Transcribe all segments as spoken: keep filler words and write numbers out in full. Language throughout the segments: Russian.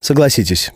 Согласитесь,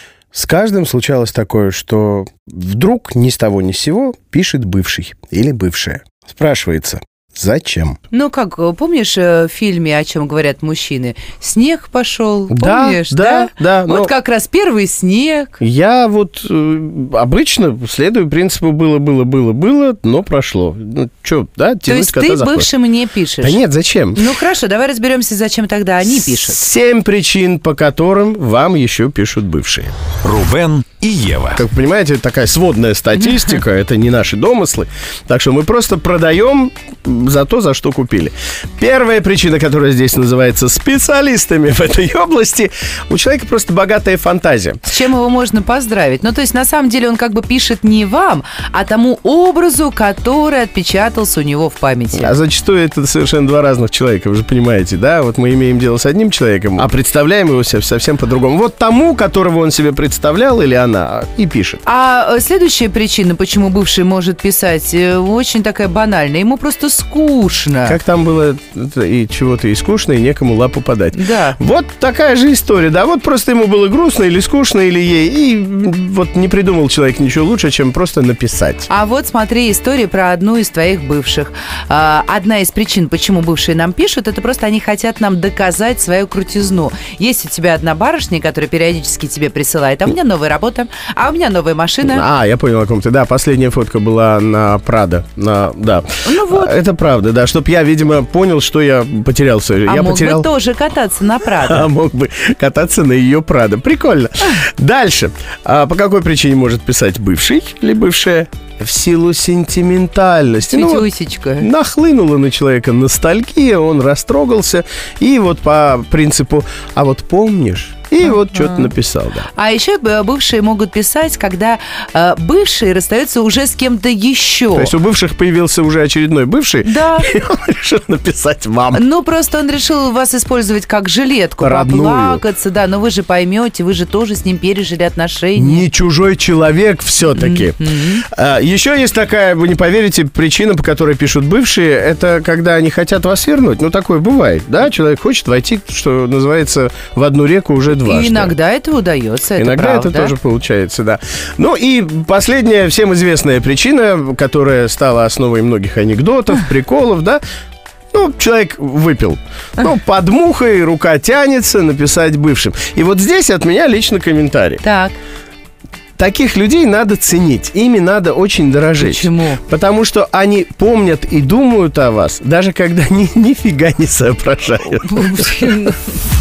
с каждым случалось такое, что вдруг ни с того ни с сего пишет бывший или бывшая. Спрашивается, зачем? Ну, как, помнишь в фильме, о чем говорят мужчины? Снег пошел, Да, помнишь, да, да? да. Вот но как раз первый снег. Я вот э, обычно следую принципу было, было, было, было, но прошло. Ну, что, да, То тянуть есть кота ты за хвост. бывшим не пишешь? Да нет, зачем? Ну, хорошо, давай разберемся, зачем тогда они пишут. Семь причин, по которым вам еще пишут бывшие. Рубен и Ева. Как вы понимаете, это такая сводная статистика, это не наши домыслы. Так что мы просто продаем за то, за что купили. Первая причина, которая здесь называется специалистами в этой области, у человека просто богатая фантазия. С чем его можно поздравить? Ну, то есть, на самом деле, он как бы пишет не вам, а тому образу, который отпечатался у него в памяти. А зачастую это совершенно два разных человека, вы же понимаете, да? Вот мы имеем дело с одним человеком, а представляем его себе совсем по-другому. Вот тому, которого он себе представлял, или она, и пишет. А следующая причина, почему бывший может писать, очень такая банальная. Ему просто скучно. Как там было, и чего-то и скучно, и некому лапу подать. Да. Вот такая же история, да, вот просто ему было грустно или скучно, или ей, и вот не придумал человек ничего лучше, чем просто написать. А вот смотри, история про одну из твоих бывших. А, одна из причин, почему бывшие нам пишут, это просто они хотят нам доказать свою крутизну. Есть у тебя одна барышня, которая периодически тебе присылает, а у меня новая работа, а у меня новая машина. А, я понял, о ком ты. Да, последняя фотка была на Прадо. На, да. Ну вот. Это правда, да, чтоб я, видимо, понял, что я потерялся. А я мог потерял... бы тоже кататься на Прадо. А мог бы кататься на ее Прадо. Прикольно. Дальше. А по какой причине может писать бывший или бывшая? В силу сентиментальности. Цветюсечка. Ну, вот нахлынула на человека ностальгия, он растрогался. И вот по принципу, а вот помнишь? И uh-huh. вот что-то написал, да. А еще бывшие могут писать, когда э, бывшие расстаются уже с кем-то еще. То есть у бывших появился уже очередной бывший, да. И он решил написать вам. Ну, просто он решил вас использовать как жилетку, родную. Поплакаться, да, но вы же поймете, вы же тоже с ним пережили отношения. Не чужой человек все-таки. Mm-hmm. А, еще есть такая, вы не поверите, причина, по которой пишут бывшие, это когда они хотят вас вернуть. Ну, такое бывает, да? Человек хочет войти, что называется, в одну реку уже дважды. И иногда это удается, это Иногда правда. это тоже получается, да. Ну и последняя, всем известная причина, которая стала основой многих анекдотов, приколов, да. Ну, человек выпил. Ну, под мухой рука тянется написать бывшим. И вот здесь от меня лично комментарий. Так. Таких людей надо ценить, ими надо очень дорожить. Почему? Потому что они помнят и думают о вас, даже когда ни, нифига не соображают.